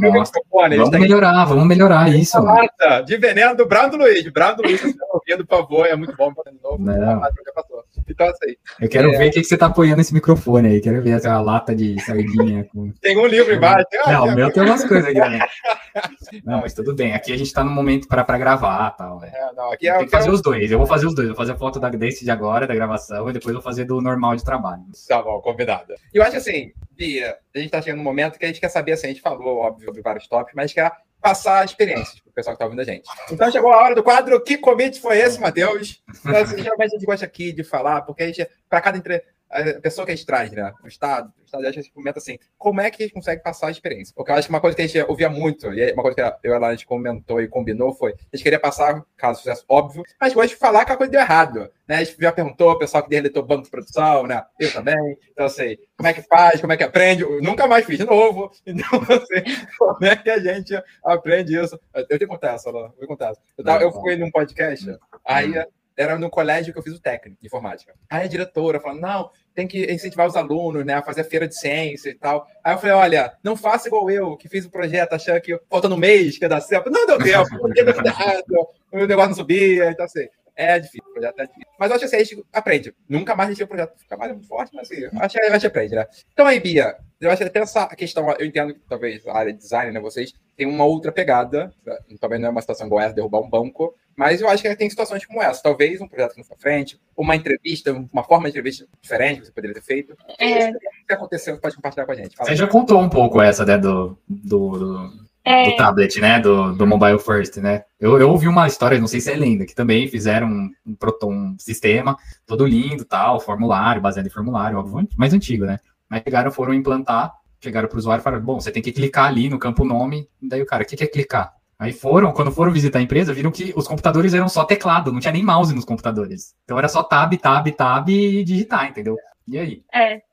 [SPEAKER 3] Vamos melhorar isso.
[SPEAKER 1] Lata de veneno do Brando Luiz. Brando Luiz, se você tá ouvindo, por favor, é muito bom. De novo, então, assim,
[SPEAKER 3] eu quero ver o que você tá apoiando nesse microfone aí. Quero ver essa lata de sardinha.
[SPEAKER 1] Tem um livro embaixo.
[SPEAKER 3] Não, o meu tem umas coisas aqui, né? Não, mas tudo bem. Aqui a gente tá no momento para gravar e tal. Né? Tem que fazer os dois. Eu vou fazer os dois. Eu vou fazer a foto desse de agora, da gravação, e depois vou fazer do normal de trabalho.
[SPEAKER 1] Tá bom, combinado. E eu acho assim, Bia, a gente tá chegando num momento que a gente quer saber, assim, a gente falou, óbvio, sobre vários tópicos, mas quer passar experiências pro pessoal que tá ouvindo a gente. Então chegou a hora do quadro Que Commit Foi Esse, Matheus? Então, assim, geralmente a gente gosta aqui de falar, porque a gente, para cada a pessoa que a gente traz, né? O Estado, a gente comenta assim, como é que a gente consegue passar a experiência? Porque eu acho que uma coisa que a gente ouvia muito, e uma coisa que eu e a Lara, a gente comentou e combinou foi, a gente queria passar, caso sucesso óbvio, mas gosta de falar que a coisa deu errado, né? A gente já perguntou, o pessoal que deletou o banco de produção, né? Eu também. Então, assim, como é que faz, como é que aprende? Eu nunca mais fiz de novo. Então, assim, como é que a gente aprende isso? Eu tenho que contar essa, Lara. Eu fui num podcast, aí era no colégio que eu fiz o técnico de informática. Aí a diretora falou, não, tem que incentivar os alunos, né, a fazer a feira de ciência e tal. Aí eu falei, olha, não faça igual eu, que fiz o projeto achando que faltando um mês que ia dar certo. Não deu tempo, porque deu errado, o negócio não subia, então assim, é difícil, o projeto é difícil. Mas eu acho que assim, a gente aprende. Nunca mais a gente tem um projeto ficar mais muito forte, mas assim, acho que a gente aprende, né? Então aí, Bia, eu acho que até essa questão, eu entendo que talvez a área de design, né, vocês tem uma outra pegada, talvez não é uma situação igual essa, derrubar um banco, mas eu acho que tem situações como essa, talvez um projeto que não foi à frente, uma entrevista, uma forma de entrevista diferente que você poderia ter feito. O que aconteceu? Pode compartilhar com a gente. Fala.
[SPEAKER 3] Você já contou um pouco essa, né, do tablet, né, do Mobile First, né? Eu ouvi uma história, não sei se é lenda, que também fizeram um sistema todo lindo, tal, formulário, baseado em formulário, óbvio, mais antigo, né? Mas foram implantar, chegaram para o usuário e falaram, bom, você tem que clicar ali no campo nome, daí o cara, o que é clicar? Aí quando foram visitar a empresa, viram que os computadores eram só teclado, não tinha nem mouse nos computadores. Então era só tab e digitar, entendeu? E aí?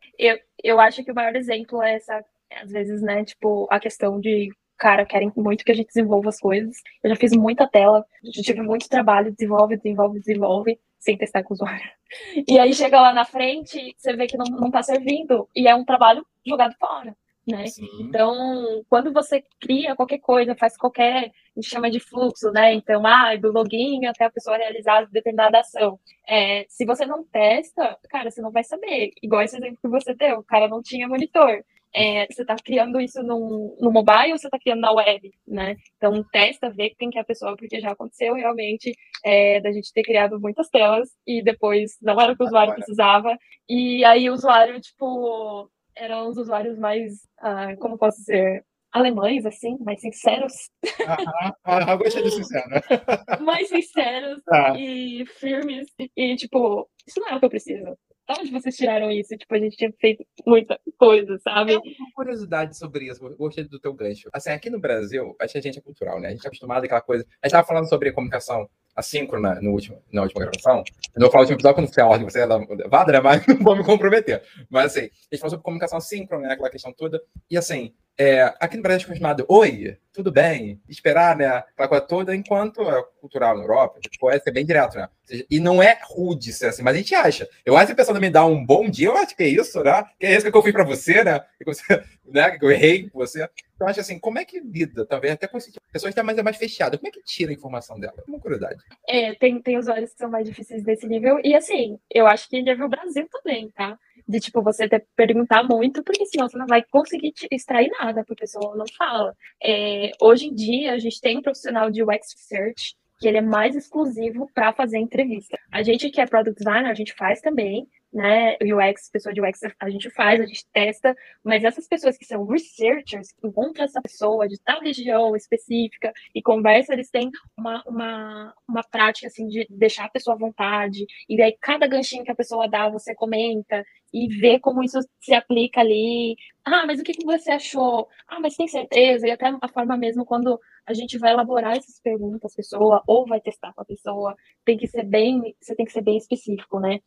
[SPEAKER 4] Eu acho que o maior exemplo é essa, às vezes, né, tipo, a questão de, cara, querem muito que a gente desenvolva as coisas. Eu já fiz muita tela, já tive muito trabalho, desenvolve, sem testar com o usuário. E aí chega lá na frente, você vê que não tá servindo, e é um trabalho jogado fora, né? Sim. Então, quando você cria qualquer coisa, faz qualquer, a gente chama de fluxo, né? Então, do login até a pessoa realizar determinada ação. Se você não testa, cara, você não vai saber. Igual esse exemplo que você deu, o cara não tinha monitor. Você está criando isso no mobile ou você está criando na web, né? Então, testa, vê quem que é a pessoa, porque já aconteceu realmente da gente ter criado muitas telas e depois não era o que o usuário precisava. E aí o usuário, tipo, eram os usuários mais, como posso dizer, alemães, assim, mais sinceros.
[SPEAKER 1] Gostei de sincero.
[SPEAKER 4] Mais sinceros e firmes. E, tipo, isso não é o que eu preciso. De onde vocês tiraram isso? Tipo, a gente tinha feito muita coisa, sabe?
[SPEAKER 1] Eu tenho uma curiosidade sobre isso. Eu gostei do teu gancho. Assim, aqui no Brasil, acho que a gente é cultural, né? A gente é acostumado àquela coisa. A gente estava falando sobre comunicação assíncrona na última gravação. Eu não vou falar o último episódio, porque não foi a ordem que você é Vadra, mas não vou me comprometer. Mas, assim, a gente falou sobre comunicação assíncrona, né? Aquela questão toda. E, assim, aqui no Brasil a gente é acostumado, oi, tudo bem, esperar, né, aquela coisa toda, enquanto é cultural na Europa, pode ser bem direto, né? E não é rude ser assim, mas a gente acha. Eu acho que a pessoa me dá um bom dia, eu acho que é isso, né? Que é isso que eu fiz pra você, né? Que eu errei com você. Então, eu acho assim, como é que lida, talvez, até com esse tipo de pessoa que é mais fechada, como é que tira a informação dela? É uma curiosidade.
[SPEAKER 4] Tem usuários que são mais difíceis desse nível, e assim, eu acho que nível Brasil também, tá? De, tipo, você ter que perguntar muito, porque senão você não vai conseguir extrair nada, porque a pessoa não fala. Hoje em dia, a gente tem um profissional de UX Research, que ele é mais exclusivo para fazer entrevista. A gente que é Product Designer, a gente faz também, né? UX, pessoa de UX, a gente faz, a gente testa, mas essas pessoas que são researchers, que encontram essa pessoa de tal região específica e conversa, eles têm uma prática, assim, de deixar a pessoa à vontade, e daí cada ganchinho que a pessoa dá, você comenta, e ver como isso se aplica ali. Ah, mas o que você achou? Ah, mas tem certeza? E até a forma mesmo quando a gente vai elaborar essas perguntas, a pessoa, ou vai testar com a pessoa, você tem que ser bem específico, né?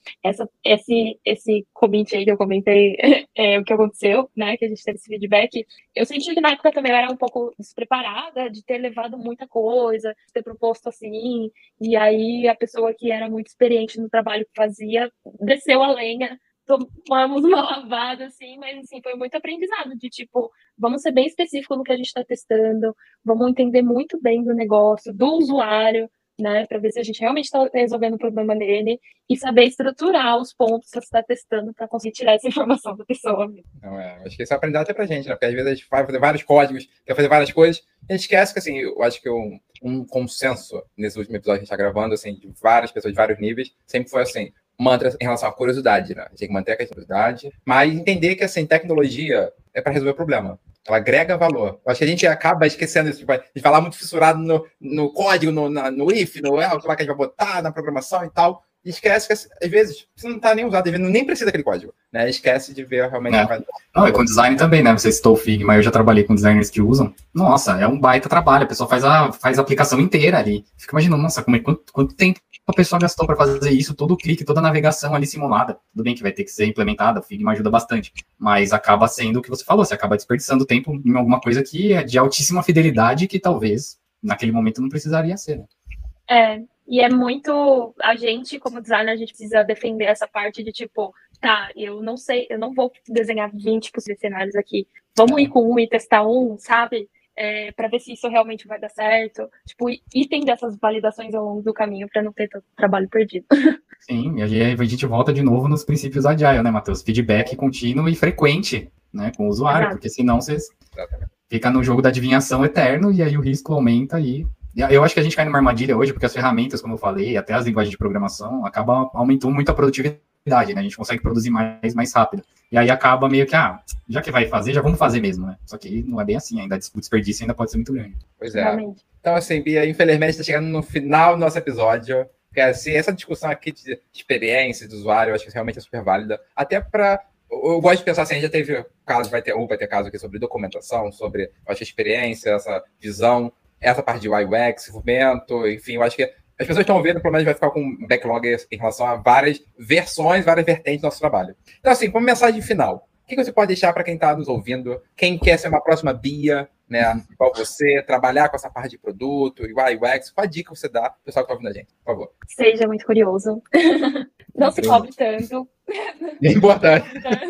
[SPEAKER 4] Esse commit aí que eu comentei, o que aconteceu, né? Que a gente teve esse feedback. Eu senti que na época também eu era um pouco despreparada de ter levado muita coisa, de ter proposto assim, e aí a pessoa que era muito experiente no trabalho que fazia desceu a lenha, tomamos uma lavada, assim, mas assim, foi muito aprendizado de tipo, vamos ser bem específico no que a gente está testando, vamos entender muito bem do negócio, do usuário, né, para ver se a gente realmente está resolvendo o problema dele e saber estruturar os pontos que você está testando para conseguir tirar essa informação da pessoa.
[SPEAKER 1] Não, acho que isso é aprendizado até pra gente, né? Porque às vezes a gente vai fazer vários códigos, quer fazer várias coisas, e a gente esquece que, assim, eu acho que um consenso nesse último episódio que a gente está gravando, assim, de várias pessoas de vários níveis, sempre foi assim, mantra em relação à curiosidade, né? A gente tem que manter a questão da curiosidade, mas entender que, assim, tecnologia é para resolver o problema. Ela agrega valor. Eu acho que a gente acaba esquecendo isso, tipo, de falar muito fissurado no código, no if, no que a gente vai botar na programação e tal, e esquece que, às vezes, você não está nem usado, às vezes nem precisa daquele código, né? Esquece de ver realmente...
[SPEAKER 3] Não, e com design também, né? Você citou o Figma, eu já trabalhei com designers que usam. Nossa, é um baita trabalho, a pessoa faz a aplicação inteira ali. Fica imaginando, nossa, quanto tempo a pessoa gastou para fazer isso, todo o clique, toda a navegação ali simulada. Tudo bem que vai ter que ser implementada, o Figma ajuda bastante, mas acaba sendo o que você falou, você acaba desperdiçando tempo em alguma coisa que é de altíssima fidelidade que talvez naquele momento não precisaria ser, né?
[SPEAKER 4] E é muito, a gente como designer, a gente precisa defender essa parte de tipo, tá, eu não sei, eu não vou desenhar 20 possíveis cenários aqui, vamos ir com um e testar um, sabe? Para ver se isso realmente vai dar certo, tipo, e tem dessas validações ao longo do caminho para não ter tanto trabalho perdido.
[SPEAKER 3] Sim, e aí a gente volta de novo nos princípios Agile, né, Matheus? Feedback contínuo e frequente, né, com o usuário, porque senão você fica no jogo da adivinhação eterno e aí o risco aumenta e eu acho que a gente cai numa armadilha hoje, porque as ferramentas, como eu falei, até as linguagens de programação, aumentou muito a produtividade, né? A gente consegue produzir mais rápido. E aí acaba meio que, já que vai fazer, já vamos fazer mesmo, né? Só que não é bem assim, ainda o desperdício ainda pode ser muito grande.
[SPEAKER 1] Pois é. Realmente. Então, assim, Bia, infelizmente está chegando no final do nosso episódio. Porque, assim, essa discussão aqui de experiência do usuário, eu acho que realmente é super válida. Até para... Eu gosto de pensar assim, a gente já teve caso, vai ter caso aqui sobre documentação, sobre, eu acho, a experiência, essa visão, essa parte de UI UX, desenvolvimento, enfim, eu acho que as pessoas estão vendo, pelo menos vai ficar com um backlog em relação a várias versões, várias vertentes do nosso trabalho. Então, assim, como mensagem final, o que você pode deixar para quem está nos ouvindo, quem quer ser uma próxima Bia, né, igual você, trabalhar com essa parte de produto, UI UX, qual a dica você dá pro pessoal que está ouvindo a gente, por favor?
[SPEAKER 4] Seja muito curioso. Não se cobre tanto.
[SPEAKER 1] É importante.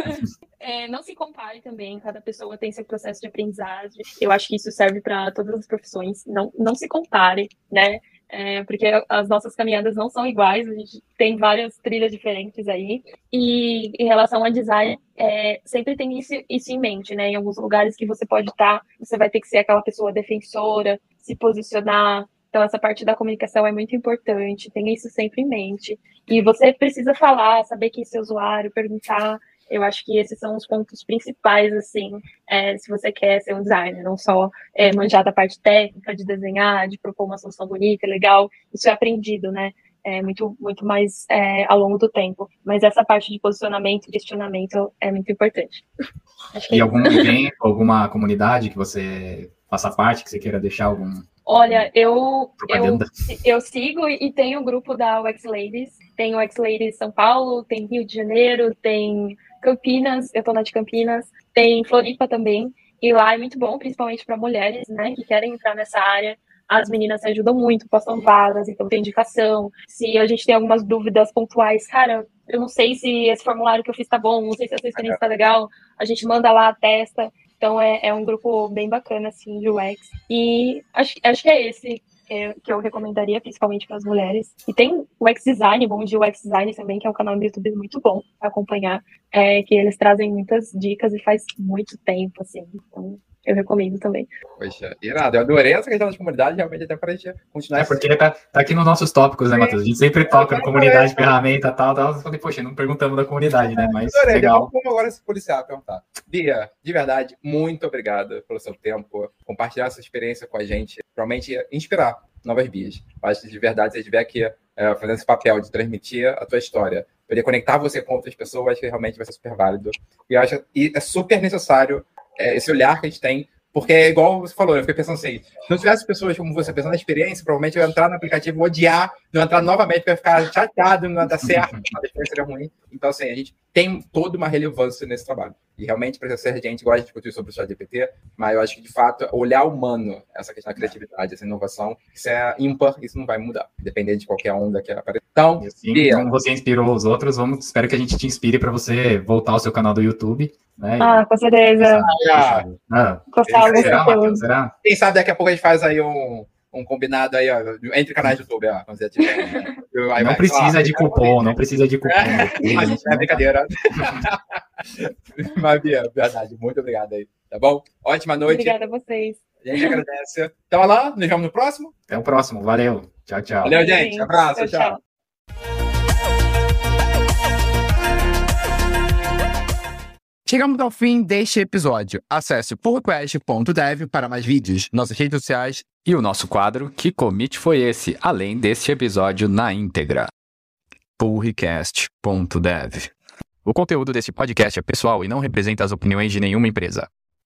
[SPEAKER 4] Não se compare também, cada pessoa tem seu processo de aprendizagem. Eu acho que isso serve para todas as profissões. Não se compare, né? Porque as nossas caminhadas não são iguais, a gente tem várias trilhas diferentes aí. E em relação a design, sempre tem isso em mente, né? Em alguns lugares que você pode estar, você vai ter que ser aquela pessoa defensora, se posicionar. Então, essa parte da comunicação é muito importante, tenha isso sempre em mente. E você precisa falar, saber quem é seu usuário, perguntar. Eu acho que esses são os pontos principais, assim, se você quer ser um designer, não só manjar da parte técnica, de desenhar, de propor uma solução bonita, legal. Isso é aprendido, né? Muito, muito mais ao longo do tempo. Mas essa parte de posicionamento e questionamento é muito importante.
[SPEAKER 3] E algum evento, alguma comunidade que você faça parte, que você queira deixar algum...
[SPEAKER 4] Olha, eu sigo e tenho o grupo da UX Ladies. Tem o UX Ladies São Paulo, tem Rio de Janeiro, tem Campinas, eu tô na de Campinas, tem Floripa também. E lá é muito bom, principalmente para mulheres, né, que querem entrar nessa área. As meninas se ajudam muito, postam vagas, então tem indicação. Se a gente tem algumas dúvidas pontuais, cara, eu não sei se esse formulário que eu fiz tá bom, não sei se essa experiência tá legal, a gente manda lá, testa. Então, é um grupo bem bacana, assim, de UX. E acho que é esse que eu recomendaria, principalmente para as mulheres. E tem o UX Design, Bom Dia UX Design também, que é um canal no YouTube muito bom para acompanhar, que eles trazem muitas dicas e faz muito tempo, assim. Então, eu recomendo também.
[SPEAKER 1] Poxa, irado. Eu adorei essa questão das comunidades, realmente, até para a gente continuar.
[SPEAKER 3] Porque tá aqui nos nossos tópicos, né, Matheus? A gente sempre toca na comunidade, ferramenta, tal. Eu falei, poxa, não perguntamos da comunidade, né? Mas
[SPEAKER 1] adorei.
[SPEAKER 3] legal.
[SPEAKER 1] Vamos agora se policiar, perguntar. Bia, de verdade, muito obrigado pelo seu tempo, compartilhar essa experiência com a gente, realmente inspirar novas Bias. Acho que, de verdade, você estiver aqui fazendo esse papel de transmitir a tua história poder conectar você com outras pessoas, que realmente vai ser super válido. E eu acho que é super necessário esse olhar que a gente tem, porque é igual você falou, eu fiquei pensando assim, se não tivesse pessoas como você pensando na experiência, provavelmente eu ia entrar no aplicativo, odiar, não entrar novamente, porque eu ia ficar chateado, não ia dar certo, a experiência seria ruim. Então, assim, a gente tem toda uma relevância nesse trabalho. E realmente precisa ser gente, igual a gente discutiu sobre o ChatGPT, mas eu acho que, de fato, olhar humano, essa questão da criatividade, essa inovação, isso é ímpar, isso não vai mudar, dependendo de qualquer onda que apareça. Então,
[SPEAKER 3] assim, como você inspirou os outros, espero que a gente te inspire para você voltar ao seu canal do YouTube. Né?
[SPEAKER 4] Com certeza.
[SPEAKER 3] Será?
[SPEAKER 1] Quem sabe daqui a pouco a gente faz aí um combinado aí, ó, entre canais do YouTube, ó.
[SPEAKER 3] Não precisa de cupom, não precisa de cupom.
[SPEAKER 1] É brincadeira. Mas, Bia, verdade, muito obrigado aí, tá bom? Ótima noite.
[SPEAKER 4] Obrigada a vocês.
[SPEAKER 1] A gente agradece. Então, lá, nos vemos no próximo?
[SPEAKER 3] Até o próximo, valeu. Tchau, tchau.
[SPEAKER 1] Valeu, gente. Abraço, tchau.
[SPEAKER 2] Chegamos ao fim deste episódio. Acesse pullrequest.dev para mais vídeos, nossas redes sociais e o nosso quadro Que Commit Foi Esse, além deste episódio na íntegra. pullrequest.dev. O conteúdo desse podcast é pessoal e não representa as opiniões de nenhuma empresa.